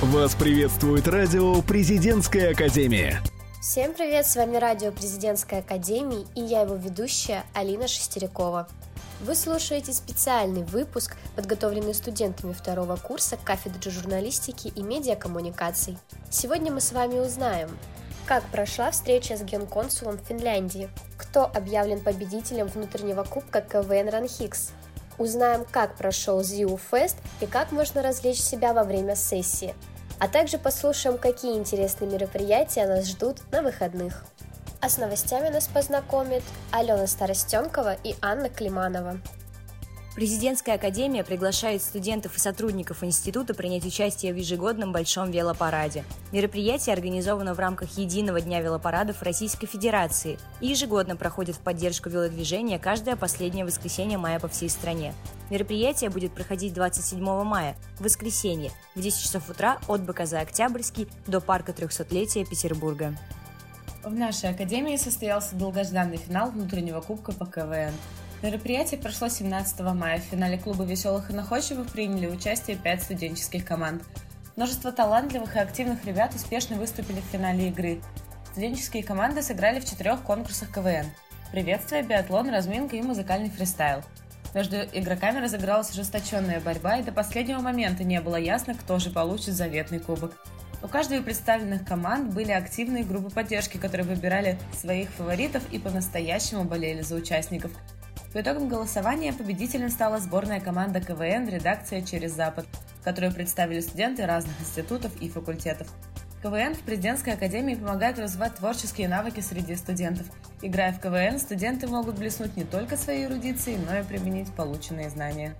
Вас приветствует радио «Президентская академия». Всем привет, с вами радио «Президентской академии» и я его ведущая Алина Шестерякова. Вы слушаете специальный выпуск, подготовленный студентами второго курса кафедры журналистики и медиакоммуникаций. Сегодня мы с вами узнаем, как прошла встреча с генконсулом Финляндии, кто объявлен победителем внутреннего кубка КВН Ранхикс. Узнаем, как прошел ЗИУ Фест и как можно развлечь себя во время сессии. А также послушаем, какие интересные мероприятия нас ждут на выходных. А с новостями нас познакомят Алена Старостенкова и Анна Климанова. Президентская академия приглашает студентов и сотрудников института принять участие в ежегодном Большом велопараде. Мероприятие организовано в рамках Единого дня велопарадов Российской Федерации и ежегодно проходит в поддержку велодвижения каждое последнее воскресенье мая по всей стране. Мероприятие будет проходить 27 мая, в воскресенье, в 10 часов утра от БКЗ «Октябрьский» до парка 300-летия Петербурга. В нашей академии состоялся долгожданный финал внутреннего кубка по КВН. Мероприятие прошло 17 мая. В финале клуба «Веселых и находчивых» приняли участие 5 студенческих команд. Множество талантливых и активных ребят успешно выступили в финале игры. Студенческие команды сыграли в 4 конкурсах КВН: приветствие, биатлон, разминка и музыкальный фристайл. Между игроками разыгралась ожесточенная борьба, и до последнего момента не было ясно, кто же получит заветный кубок. У каждой из представленных команд были активные группы поддержки, которые выбирали своих фаворитов и по-настоящему болели за участников. По итогам голосования победителем стала сборная команда КВН «Редакция через Запад», которую представили студенты разных институтов и факультетов. КВН в Президентской академии помогает развивать творческие навыки среди студентов. Играя в КВН, студенты могут блеснуть не только своей эрудицией, но и применить полученные знания.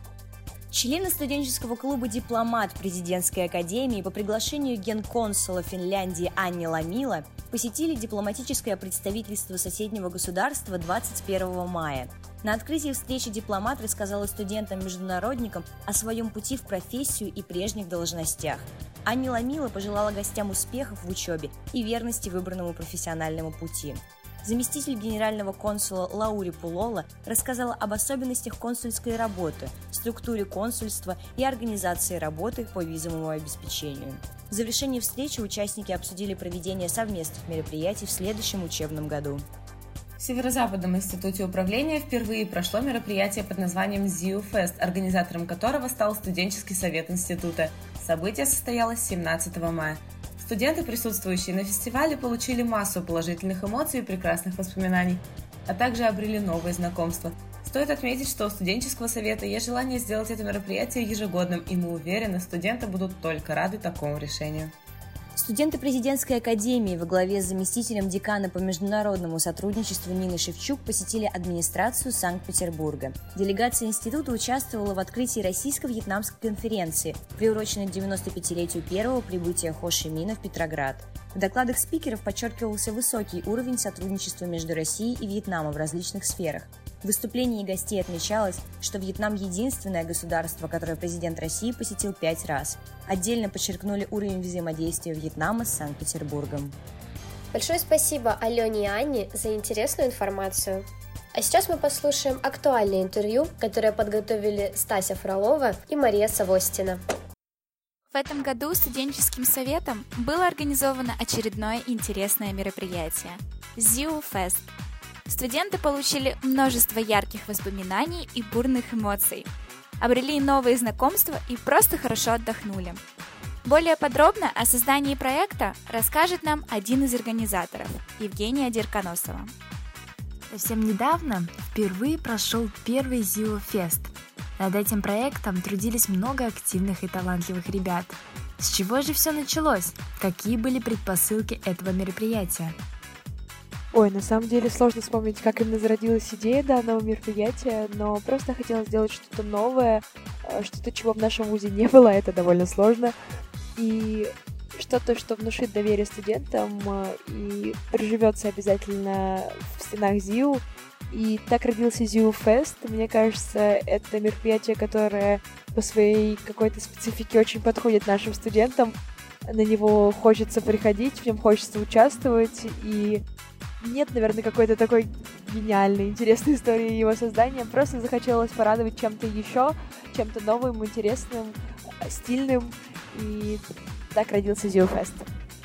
Члены студенческого клуба «Дипломат» Президентской академии по приглашению генконсула Финляндии Анни Ламила посетили дипломатическое представительство соседнего государства 21 мая. На открытии встречи дипломат рассказала студентам-международникам о своем пути в профессию и прежних должностях. Анни Ламила пожелала гостям успехов в учебе и верности выбранному профессиональному пути. Заместитель генерального консула Лаури Пулола рассказала об особенностях консульской работы, структуре консульства и организации работы по визовому обеспечению. В завершении встречи участники обсудили проведение совместных мероприятий в следующем учебном году. В Северо-Западном институте управления впервые прошло мероприятие под названием ЗИУ Фест, организатором которого стал студенческий совет института. Событие состоялось 17 мая. Студенты, присутствующие на фестивале, получили массу положительных эмоций и прекрасных воспоминаний, а также обрели новые знакомства. Стоит отметить, что у студенческого совета есть желание сделать это мероприятие ежегодным, и мы уверены, студенты будут только рады такому решению. Студенты Президентской академии во главе с заместителем декана по международному сотрудничеству Ниной Шевчук посетили администрацию Санкт-Петербурга. Делегация института участвовала в открытии российско-вьетнамской конференции, приуроченной к 95-летию первого прибытия Хо Ши Мина в Петроград. В докладах спикеров подчеркивался высокий уровень сотрудничества между Россией и Вьетнамом в различных сферах. В выступлении гостей отмечалось, что Вьетнам – единственное государство, которое президент России посетил 5 раз. Отдельно подчеркнули уровень взаимодействия Вьетнама с Санкт-Петербургом. Большое спасибо Алене и Анне за интересную информацию. А сейчас мы послушаем актуальное интервью, которое подготовили Стася Фролова и Мария Савостина. В этом году студенческим советом было организовано очередное интересное мероприятие – ЗИУ Фест. Студенты получили множество ярких воспоминаний и бурных эмоций, обрели новые знакомства и просто хорошо отдохнули. Более подробно о создании проекта расскажет нам один из организаторов – Евгения Дерконосова. Совсем недавно впервые прошел первый ЗИУ Фест. Над этим проектом трудились много активных и талантливых ребят. С чего же все началось? Какие были предпосылки этого мероприятия? На самом деле сложно вспомнить, как именно зародилась идея данного мероприятия, но просто хотела сделать что-то новое, что-то, чего в нашем вузе не было, это довольно сложно, и что-то, что внушит доверие студентам и приживется обязательно в стенах ЗИУ. И так родился ЗИУ Фест. Мне кажется, это мероприятие, которое по своей какой-то специфике очень подходит нашим студентам. На него хочется приходить, в нем хочется участвовать, и нет, наверное, какой-то такой гениальной, интересной истории его создания. Просто захотелось порадовать чем-то еще, чем-то новым, интересным, стильным. И Так родился ZioFest.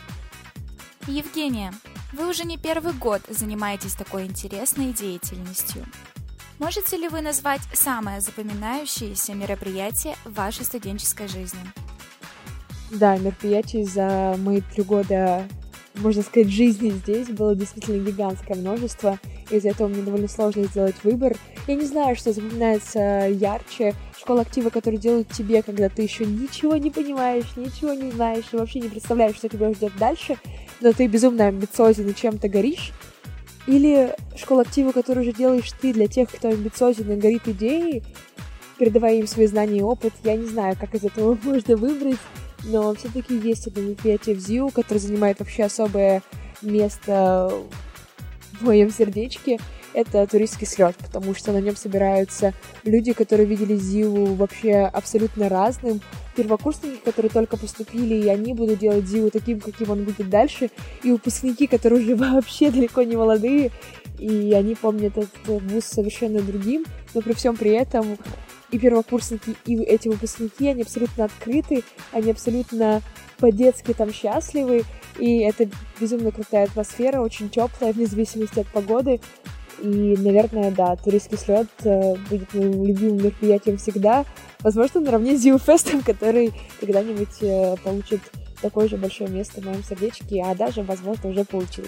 Евгения, вы уже не первый год занимаетесь такой интересной деятельностью. Можете ли вы назвать самое запоминающееся мероприятие в вашей студенческой жизни? Да, мероприятий за мои 3 года, можно сказать, жизни здесь было действительно гигантское множество. Из-за этого мне довольно сложно сделать выбор. Я не знаю, что запоминается ярче. Школа актива, которую делают тебе, когда ты еще ничего не понимаешь, ничего не знаешь и вообще не представляешь, что тебя ждет дальше, но ты безумно амбициозен и чем-то горишь. Или школа актива, которую уже делаешь ты для тех, кто амбициозен и горит идеей, передавая им свои знания и опыт. Я не знаю, как из этого можно выбрать, но все-таки есть одно мероприятие в ЗИУ, которое занимает вообще особое место в моем сердечке. Это туристский слет, потому что на нем собираются люди, которые видели ЗИУ вообще абсолютно разным, первокурсники, которые только поступили, и они будут делать ЗИУ таким, каким он будет дальше, и выпускники, которые уже вообще далеко не молодые, и они помнят этот вуз совершенно другим, но при всем при этом и первокурсники, и эти выпускники, они абсолютно открыты, они абсолютно по-детски там счастливы, и это безумно крутая атмосфера, очень теплая, вне зависимости от погоды. И, наверное, да, туристский слет будет моим любимым мероприятием всегда. Возможно, наравне с ZioFest, который когда-нибудь получит такое же большое место в моем сердечке, а даже, возможно, уже получил.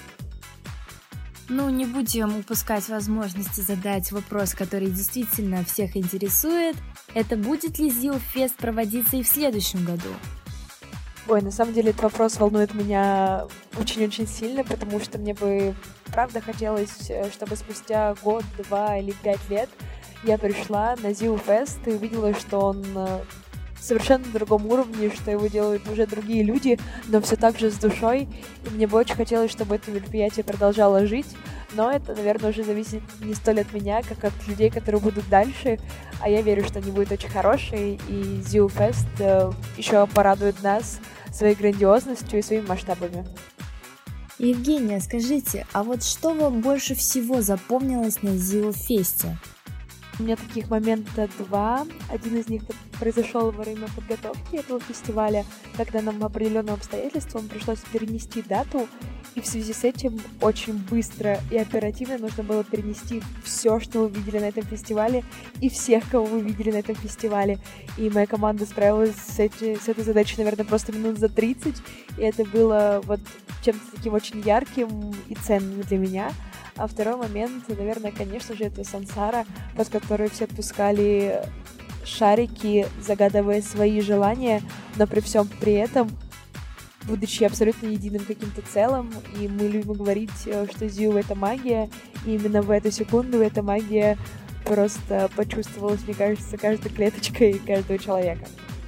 Ну, не будем упускать возможности задать вопрос, который действительно всех интересует. Это будет ли ZioFest проводиться и в следующем году? Ой, на самом деле этот вопрос волнует меня очень-очень сильно, потому что мне бы правда хотелось, чтобы спустя год, 2 или 5 лет я пришла на ZioFest и увидела, что он совершенно на другом уровне, что его делают уже другие люди, но все так же с душой. И мне бы очень хотелось, чтобы это мероприятие продолжало жить, но это, наверное, уже зависит не столь от меня, как от людей, которые будут дальше. А я верю, что они будут очень хорошие, и ZioFest еще порадует нас своей грандиозностью и своими масштабами. Евгения, скажите, а вот что вам больше всего запомнилось на ZioFest? У меня таких моментов 2. Один из них произошел во время подготовки этого фестиваля, когда нам по определенным обстоятельствам пришлось перенести дату, и в связи с этим очень быстро и оперативно нужно было перенести все, что вы видели на этом фестивале, и всех, кого вы видели на этом фестивале. И моя команда справилась с этой задачей, наверное, просто минут за 30, и это было вот чем-то таким очень ярким и ценным для меня. А второй момент, наверное, конечно же, это Сансара, под которой все отпускали шарики, загадывая свои желания, но при всем при этом, будучи абсолютно единым каким-то целым, и мы любим говорить, что ЗИУ — это магия, и именно в эту секунду эта магия просто почувствовалась, мне кажется, каждой клеточкой каждого человека.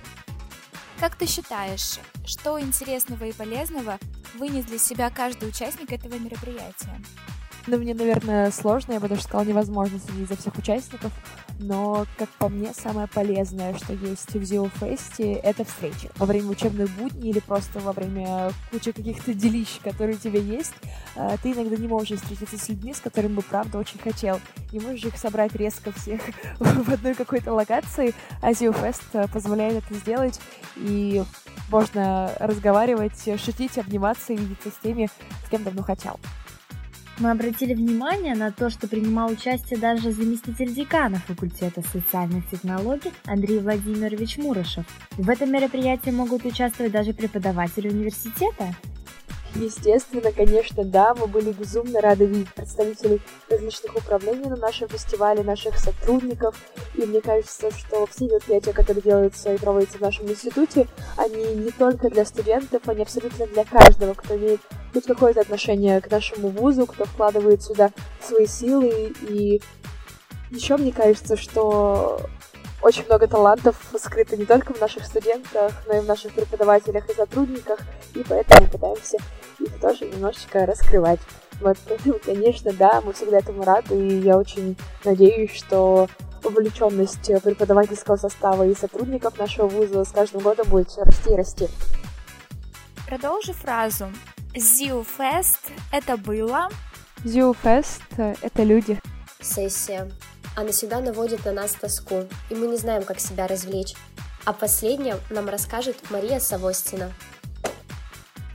Как ты считаешь, что интересного и полезного вынес для себя каждый участник этого мероприятия? Ну, мне, наверное, сложно, я бы даже сказала, невозможно судить за всех участников, но, как по мне, самое полезное, что есть в ZioFest, это встречи. Во время учебных будней или просто во время кучи каких-то делищ, которые у тебя есть, ты иногда не можешь встретиться с людьми, с которыми бы, правда, очень хотел. Не можешь их собрать резко всех в одной какой-то локации, а ZioFest позволяет это сделать, и можно разговаривать, шутить, обниматься и видеться с теми, с кем давно хотел. Мы обратили внимание на то, что принимал участие даже заместитель декана факультета социальных технологий Андрей Владимирович Мурашев. В этом мероприятии могут участвовать даже преподаватели университета. Естественно, конечно, да, мы были безумно рады видеть представителей различных управлений на нашем фестивале, наших сотрудников, и мне кажется, что все мероприятия, которые делаются и проводятся в нашем институте, они не только для студентов, они абсолютно для каждого, кто имеет хоть какое-то отношение к нашему вузу, кто вкладывает сюда свои силы, и еще мне кажется, что очень много талантов скрыто не только в наших студентах, но и в наших преподавателях и сотрудниках, и поэтому пытаемся их тоже немножечко раскрывать. Вот, поэтому, конечно, да, мы всегда этому рады, и я очень надеюсь, что вовлеченность преподавательского состава и сотрудников нашего вуза с каждым годом будет все расти и расти. Продолжи фразу. ZioFest — это было... ZioFest — это люди. Сессия. Она всегда наводит на нас тоску, и мы не знаем, как себя развлечь. О последнем нам расскажет Мария Савостина.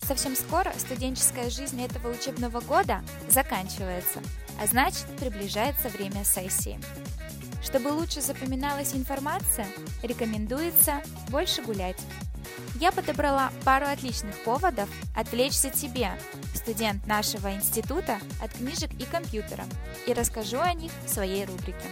Совсем скоро студенческая жизнь этого учебного года заканчивается, а значит, приближается время сессии. Чтобы лучше запоминалась информация, рекомендуется больше гулять. Я подобрала пару отличных поводов отвлечься тебе, студент нашего института, от книжек и компьютера, и расскажу о них в своей рубрике.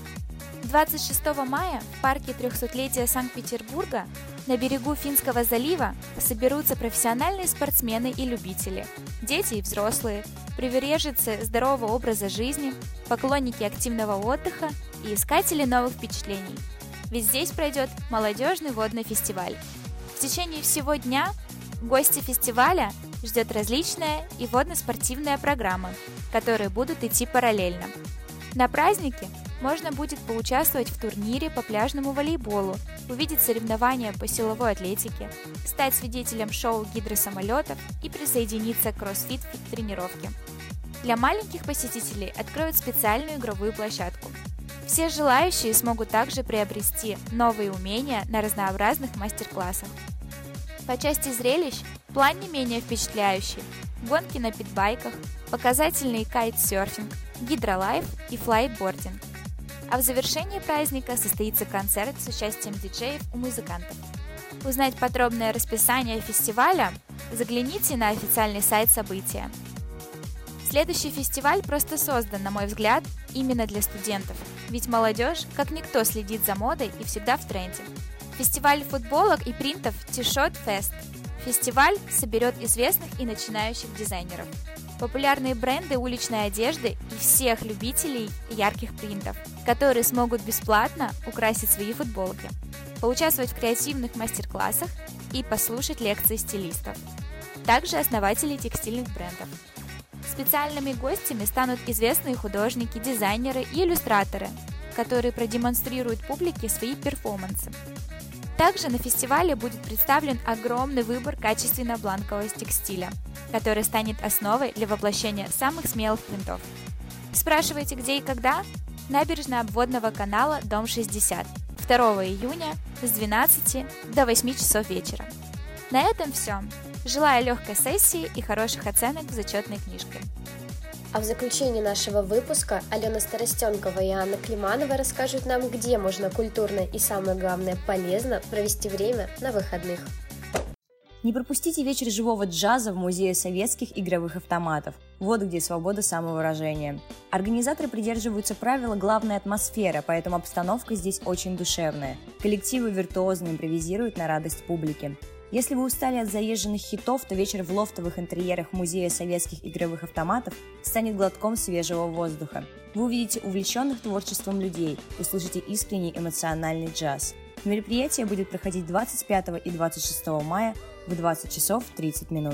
26 мая в парке 300-летия Санкт-Петербурга на берегу Финского залива соберутся профессиональные спортсмены и любители, дети и взрослые, приверженцы здорового образа жизни, поклонники активного отдыха и искатели новых впечатлений. Ведь здесь пройдет молодежный водный фестиваль. В течение всего дня гости фестиваля ждет различная и водно-спортивная программа, которые будут идти параллельно. На празднике можно будет поучаствовать в турнире по пляжному волейболу, увидеть соревнования по силовой атлетике, стать свидетелем шоу гидросамолетов и присоединиться к кроссфит-тренировке. Для маленьких посетителей откроют специальную игровую площадку. Все желающие смогут также приобрести новые умения на разнообразных мастер-классах. По части зрелищ план не менее впечатляющий: гонки на питбайках, показательный кайтсерфинг, гидролайф и флайтбординг. А в завершении праздника состоится концерт с участием диджеев и музыкантов. Узнать подробное расписание фестиваля загляните на официальный сайт события. Следующий фестиваль просто создан, на мой взгляд, именно для студентов, ведь молодежь, как никто, следит за модой и всегда в тренде. Фестиваль футболок и принтов T-Shirt Fest. Фестиваль соберет известных и начинающих дизайнеров, популярные бренды уличной одежды и всех любителей ярких принтов, которые смогут бесплатно украсить свои футболки, поучаствовать в креативных мастер-классах и послушать лекции стилистов. Также основатели текстильных брендов. Специальными гостями станут известные художники, дизайнеры и иллюстраторы, которые продемонстрируют публике свои перформансы. Также на фестивале будет представлен огромный выбор качественного бланкового текстиля, который станет основой для воплощения самых смелых принтов. Спрашиваете, где и когда? Набережная обводного канала, дом 60, 2 июня с 12 до 8 часов вечера. На этом все. Желаю легкой сессии и хороших оценок в зачетной книжке. А в заключении нашего выпуска Алена Старостенкова и Анна Климанова расскажут нам, где можно культурно и, самое главное, полезно провести время на выходных. Не пропустите вечер живого джаза в Музее советских игровых автоматов. Вот где свобода самовыражения. Организаторы придерживаются правила «главная атмосфера», поэтому обстановка здесь очень душевная. Коллективы виртуозно импровизируют на радость публики. Если вы устали от заезженных хитов, то вечер в лофтовых интерьерах Музея советских игровых автоматов станет глотком свежего воздуха. Вы увидите увлеченных творчеством людей, услышите искренний эмоциональный джаз. Мероприятие будет проходить 25 и 26 мая в 20 часов 30 минут.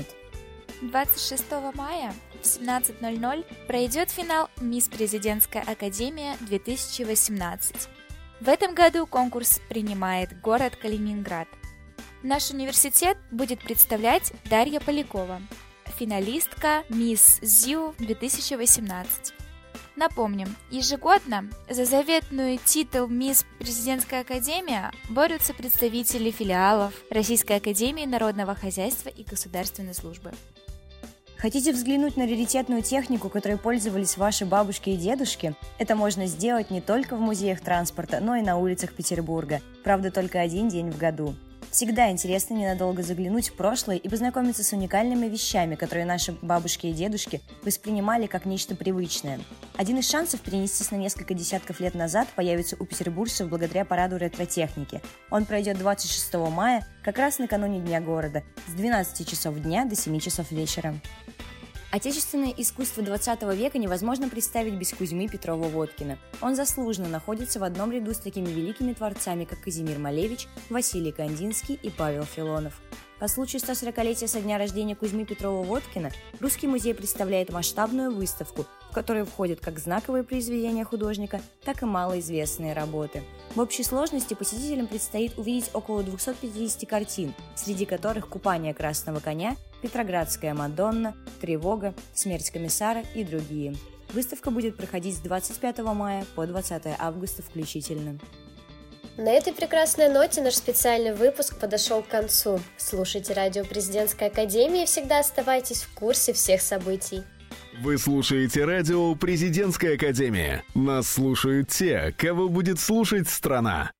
26 мая в 17:00 пройдет финал «Мисс Президентская академия 2018». В этом году конкурс принимает город Калининград. Наш университет будет представлять Дарья Полякова, финалистка «Мисс ЗИУ 2018». Напомним, ежегодно за заветную титул «Мисс Президентская академия» борются представители филиалов Российской академии народного хозяйства и государственной службы. Хотите взглянуть на раритетную технику, которой пользовались ваши бабушки и дедушки? Это можно сделать не только в музеях транспорта, но и на улицах Петербурга. Правда, только один день в году. Всегда интересно ненадолго заглянуть в прошлое и познакомиться с уникальными вещами, которые наши бабушки и дедушки воспринимали как нечто привычное. Один из шансов перенестись на несколько десятков лет назад появится у петербуржцев благодаря параду ретро-техники. Он пройдет 26 мая, как раз накануне Дня города, с 12 часов дня до 7 часов вечера. Отечественное искусство 20 века невозможно представить без Кузьмы Петрова-Водкина. Он заслуженно находится в одном ряду с такими великими творцами, как Казимир Малевич, Василий Кандинский и Павел Филонов. По случаю 140-летия со дня рождения Кузьмы Петрова-Водкина Русский музей представляет масштабную выставку, в которую входят как знаковые произведения художника, так и малоизвестные работы. В общей сложности посетителям предстоит увидеть около 250 картин, среди которых «Купание красного коня», «Петроградская Мадонна», «Тревога», «Смерть комиссара» и другие. Выставка будет проходить с 25 мая по 20 августа включительно. На этой прекрасной ноте наш специальный выпуск подошел к концу. Слушайте радио Президентской академии и всегда оставайтесь в курсе всех событий. Вы слушаете радио Президентская академия. Нас слушают те, кого будет слушать страна.